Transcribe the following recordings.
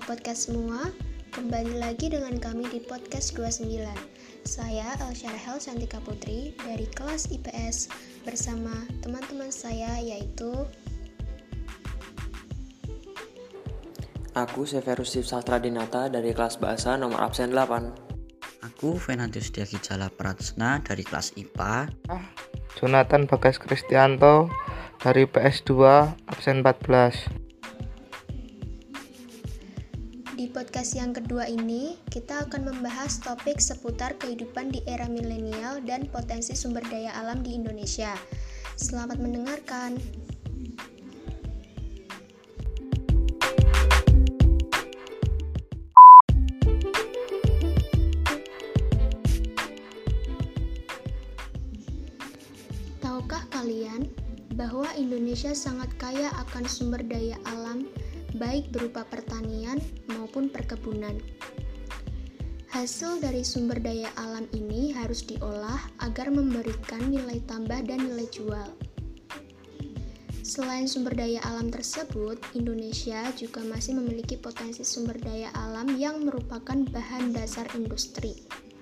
podcast semua, kembali lagi dengan kami di podcast 29. Saya Elsyarahel Santika Putri dari kelas IPS bersama teman-teman saya yaitu Aku Severus Sastra Dinata dari kelas Bahasa nomor absen 8. Aku Venantius Diakijala Pratsna dari kelas IPA. Jonathan Bagas Kristianto dari PS2 absen 14. Di podcast yang kedua ini, kita akan membahas topik seputar kehidupan di era milenial dan potensi sumber daya alam di Indonesia. Selamat mendengarkan. Tahukah kalian bahwa Indonesia sangat kaya akan sumber daya alam, baik berupa pertanian maupun perkebunan. Hasil dari sumber daya alam ini harus diolah agar memberikan nilai tambah dan nilai jual. Selain sumber daya alam tersebut, Indonesia juga masih memiliki potensi sumber daya alam yang merupakan bahan dasar industri.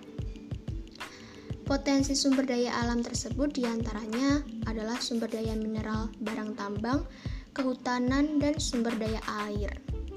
Potensi sumber daya alam tersebut diantaranya adalah sumber daya mineral, barang tambang, kehutanan, dan sumber daya air.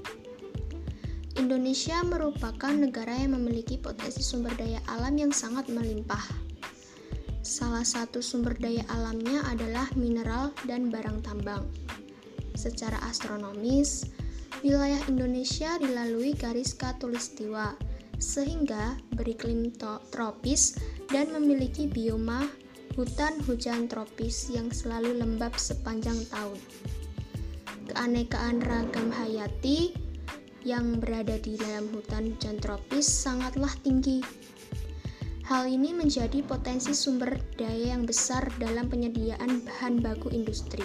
Indonesia merupakan negara yang memiliki potensi sumber daya alam yang sangat melimpah. Salah satu sumber daya alamnya adalah mineral dan barang tambang. Secara astronomis, wilayah Indonesia dilalui garis khatulistiwa, sehingga beriklim tropis dan memiliki bioma hutan hujan tropis yang selalu lembab sepanjang tahun. Keanekaan ragam hayati yang berada di dalam hutan hujan tropis sangatlah tinggi. Hal ini menjadi potensi sumber daya yang besar dalam penyediaan bahan baku industri.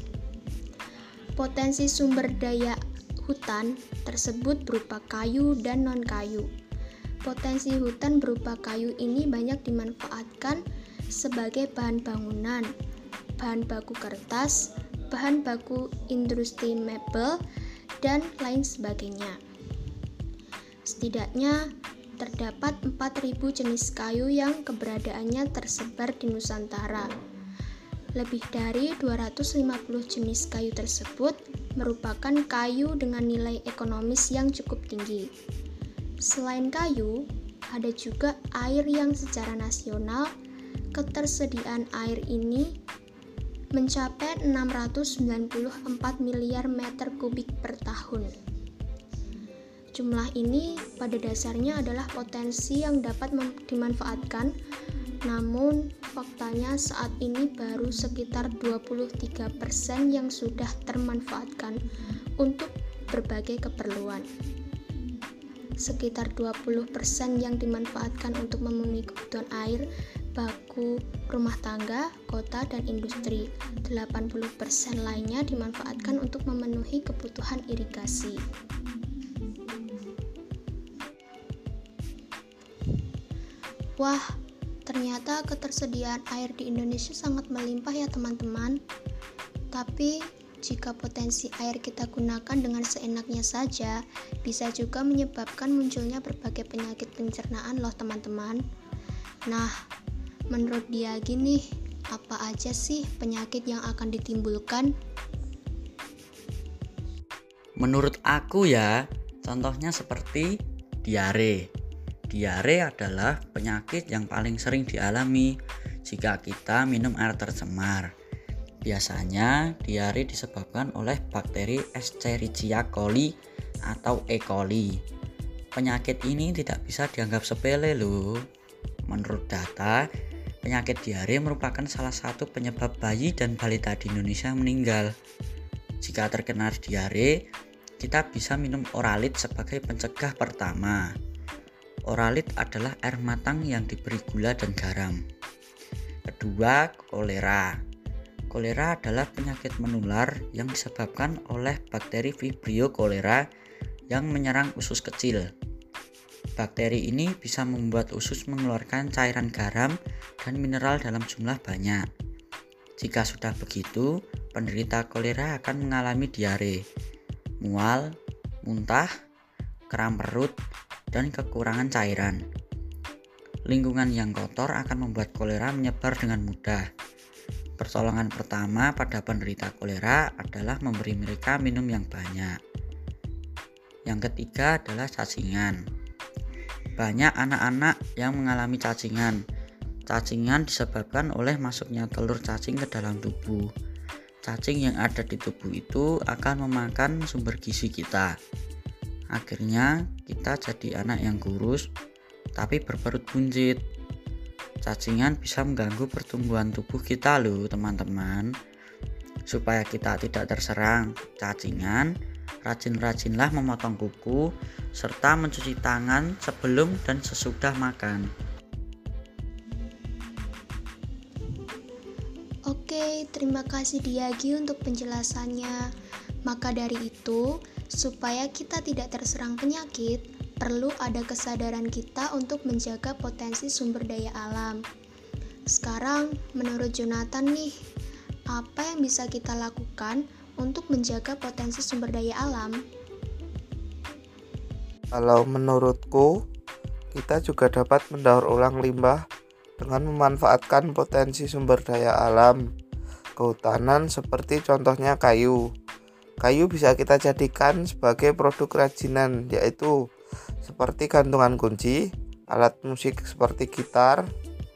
Potensi sumber daya hutan tersebut berupa kayu dan non-kayu. Potensi hutan berupa kayu ini banyak dimanfaatkan sebagai bahan bangunan, bahan baku kertas, bahan baku industri mebel, dan lain sebagainya. Setidaknya terdapat 4.000 jenis kayu yang keberadaannya tersebar di Nusantara. Lebih dari 250 jenis kayu tersebut merupakan kayu dengan nilai ekonomis yang cukup tinggi. Selain kayu, ada juga air yang secara nasional ketersediaan air ini mencapai 694 miliar meter kubik per tahun. Jumlah ini pada dasarnya adalah potensi yang dapat dimanfaatkan, namun faktanya saat ini baru sekitar 23% yang sudah termanfaatkan untuk berbagai keperluan. Sekitar 20% yang dimanfaatkan untuk memenuhi kebutuhan air baku rumah tangga, kota, dan industri. 80% lainnya dimanfaatkan untuk memenuhi kebutuhan irigasi. Wah, ternyata ketersediaan air di Indonesia sangat melimpah ya teman-teman. Tapi jika potensi air kita gunakan dengan seenaknya saja, bisa juga menyebabkan munculnya berbagai penyakit pencernaan loh teman-teman. Nah, menurut dia gini, apa aja sih penyakit yang akan ditimbulkan? Menurut aku ya, contohnya seperti diare. Diare adalah penyakit yang paling sering dialami jika kita minum air tercemar. Biasanya diare disebabkan oleh bakteri Escherichia coli atau E. coli. Penyakit ini tidak bisa dianggap sepele loh. Menurut data, penyakit diare merupakan salah satu penyebab bayi dan balita di Indonesia meninggal. Jika terkena diare, kita bisa minum Oralit sebagai pencegah pertama. Oralit adalah air matang yang diberi gula dan garam. Kedua, kolera. Kolera adalah penyakit menular yang disebabkan oleh bakteri Vibrio cholera yang menyerang usus kecil. Bakteri ini bisa membuat usus mengeluarkan cairan garam dan mineral dalam jumlah banyak. Jika sudah begitu, penderita kolera akan mengalami diare, mual, muntah, kram perut, dan kekurangan cairan. Lingkungan yang kotor akan membuat kolera menyebar dengan mudah. Pertolongan pertama pada penderita kolera adalah memberi mereka minum yang banyak. Yang ketiga adalah cacingan. Banyak anak-anak yang mengalami cacingan. Cacingan disebabkan oleh masuknya telur cacing ke dalam tubuh. Cacing yang ada di tubuh itu akan memakan sumber gizi kita. Akhirnya kita jadi anak yang kurus tapi berperut buncit. Cacingan bisa mengganggu pertumbuhan tubuh kita loh teman-teman. Supaya kita tidak terserang cacingan, rajin-rajinlah memotong kuku serta mencuci tangan sebelum dan sesudah makan. Oke, terima kasih Diagi untuk penjelasannya. Maka dari itu, supaya kita tidak terserang penyakit, perlu ada kesadaran kita untuk menjaga potensi sumber daya alam. Sekarang, menurut Jonathan nih, apa yang bisa kita lakukan untuk menjaga potensi sumber daya alam? Kalau menurutku, kita juga dapat mendaur ulang limbah dengan memanfaatkan potensi sumber daya alam kehutanan seperti contohnya kayu. Kayu bisa kita jadikan sebagai produk kerajinan, yaitu seperti gantungan kunci, alat musik seperti gitar,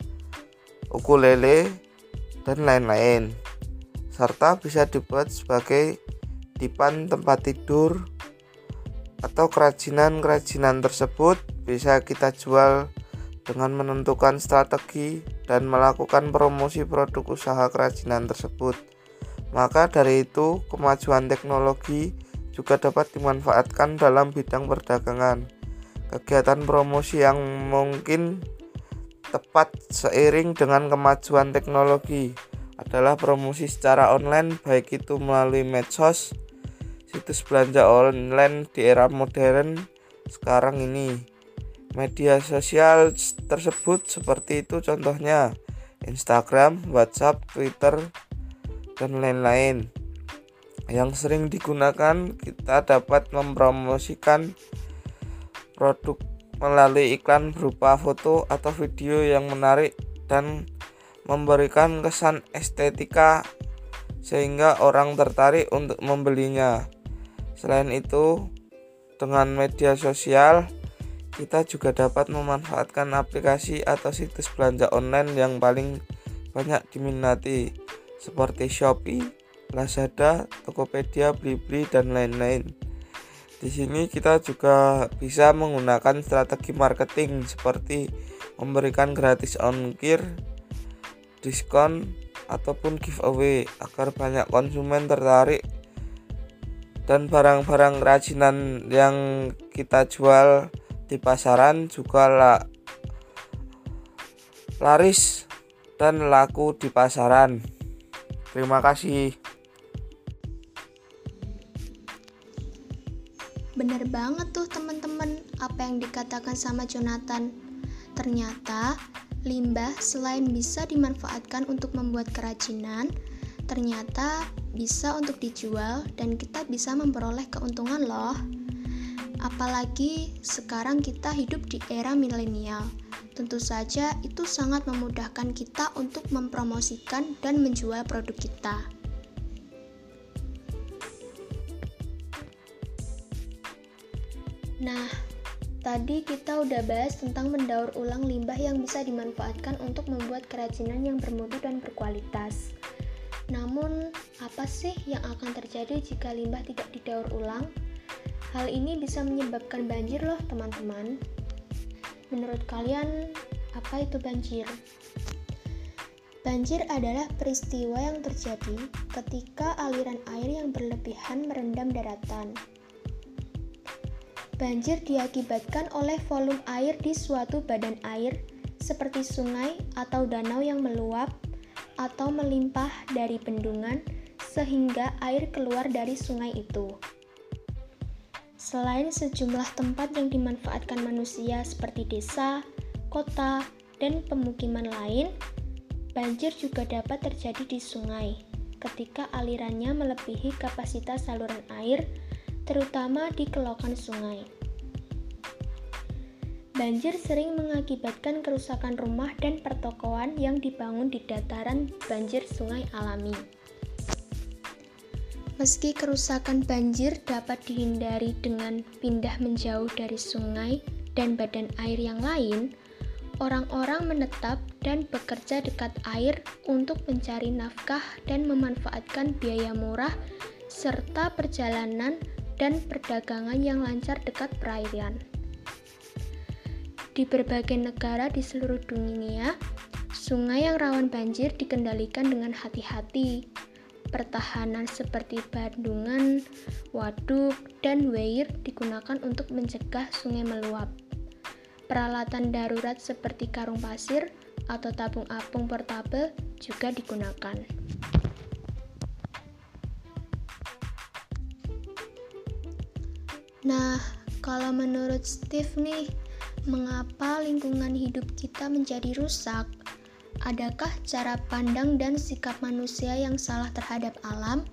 ukulele, dan lain-lain. Serta bisa dibuat sebagai dipan tempat tidur, atau kerajinan-kerajinan tersebut bisa kita jual dengan menentukan strategi dan melakukan promosi produk usaha kerajinan tersebut. Maka dari itu, kemajuan teknologi juga dapat dimanfaatkan dalam bidang perdagangan. Kegiatan promosi yang mungkin tepat seiring dengan kemajuan teknologi adalah promosi secara online, baik itu melalui medsos, situs belanja online di era modern sekarang ini. Media sosial tersebut seperti itu contohnya Instagram, WhatsApp, Twitter, dan lain-lain. Yang sering digunakan, kita dapat mempromosikan produk melalui iklan berupa foto atau video yang menarik dan memberikan kesan estetika sehingga orang tertarik untuk membelinya. Selain itu, dengan media sosial kita juga dapat memanfaatkan aplikasi atau situs belanja online yang paling banyak diminati seperti Shopee, Lazada, Tokopedia, Blibli, dan lain-lain. Di sini kita juga bisa menggunakan strategi marketing seperti memberikan gratis ongkir, diskon, ataupun giveaway agar banyak konsumen tertarik dan barang-barang kerajinan yang kita jual di pasaran juga laris dan laku di pasaran. Terima kasih. Bener banget tuh teman-teman apa yang dikatakan sama Jonathan. Ternyata limbah selain bisa dimanfaatkan untuk membuat kerajinan, ternyata bisa untuk dijual dan kita bisa memperoleh keuntungan loh. Apalagi sekarang kita hidup di era milenial. Tentu saja itu sangat memudahkan kita untuk mempromosikan dan menjual produk kita. Nah, tadi kita udah bahas tentang mendaur ulang limbah yang bisa dimanfaatkan untuk membuat kerajinan yang bermutu dan berkualitas. Namun, apa sih yang akan terjadi jika limbah tidak didaur ulang? Hal ini bisa menyebabkan banjir loh teman-teman. Menurut kalian, apa itu banjir? Banjir adalah peristiwa yang terjadi ketika aliran air yang berlebihan merendam daratan. Banjir diakibatkan oleh volume air di suatu badan air seperti sungai atau danau yang meluap atau melimpah dari bendungan sehingga air keluar dari sungai itu. Selain sejumlah tempat yang dimanfaatkan manusia seperti desa, kota, dan pemukiman lain, banjir juga dapat terjadi di sungai ketika alirannya melebihi kapasitas saluran air, terutama di kelokan sungai. Banjir sering mengakibatkan kerusakan rumah dan pertokoan yang dibangun di dataran banjir sungai alami. Meski kerusakan banjir dapat dihindari dengan pindah menjauh dari sungai dan badan air yang lain, orang-orang menetap dan bekerja dekat air untuk mencari nafkah dan memanfaatkan biaya murah serta perjalanan dan perdagangan yang lancar dekat perairan. Di berbagai negara di seluruh dunia, sungai yang rawan banjir dikendalikan dengan hati-hati. Pertahanan seperti bendungan, waduk, dan weir digunakan untuk mencegah sungai meluap. Peralatan darurat seperti karung pasir atau tabung apung portabel juga digunakan. Nah, kalau menurut Steve nih, mengapa lingkungan hidup kita menjadi rusak? Adakah cara pandang dan sikap manusia yang salah terhadap alam?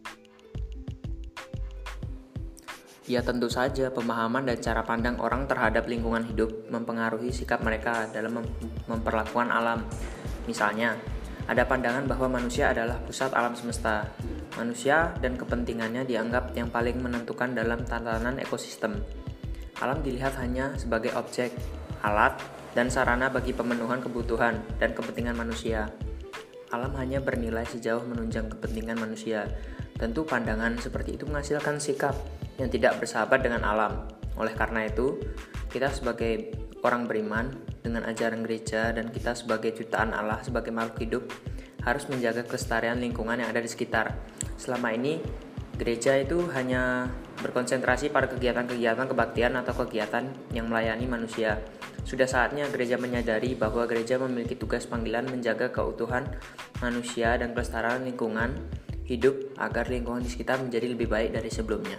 Ya tentu saja pemahaman dan cara pandang orang terhadap lingkungan hidup mempengaruhi sikap mereka dalam memperlakukan alam. Misalnya, ada pandangan bahwa manusia adalah pusat alam semesta. Manusia dan kepentingannya dianggap yang paling menentukan dalam tatanan ekosistem. Alam dilihat hanya sebagai objek, alat, dan sarana bagi pemenuhan kebutuhan dan kepentingan manusia. Alam hanya bernilai sejauh menunjang kepentingan manusia. Tentu pandangan seperti itu menghasilkan sikap yang tidak bersahabat dengan alam. Oleh karena itu, kita sebagai orang beriman dengan ajaran gereja dan kita sebagai ciptaan Allah sebagai makhluk hidup harus menjaga kelestarian lingkungan yang ada di sekitar. Selama ini, gereja itu hanya berkonsentrasi pada kegiatan-kegiatan kebaktian atau kegiatan yang melayani manusia. Sudah saatnya gereja menyadari bahwa gereja memiliki tugas panggilan menjaga keutuhan manusia dan kelestarian lingkungan hidup agar lingkungan di sekitar menjadi lebih baik dari sebelumnya.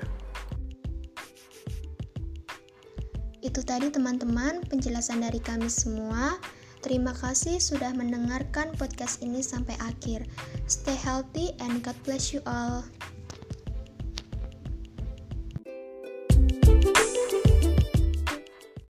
Itu tadi teman-teman penjelasan dari kami semua. Terima kasih sudah mendengarkan podcast ini sampai akhir. Stay healthy and God bless you all.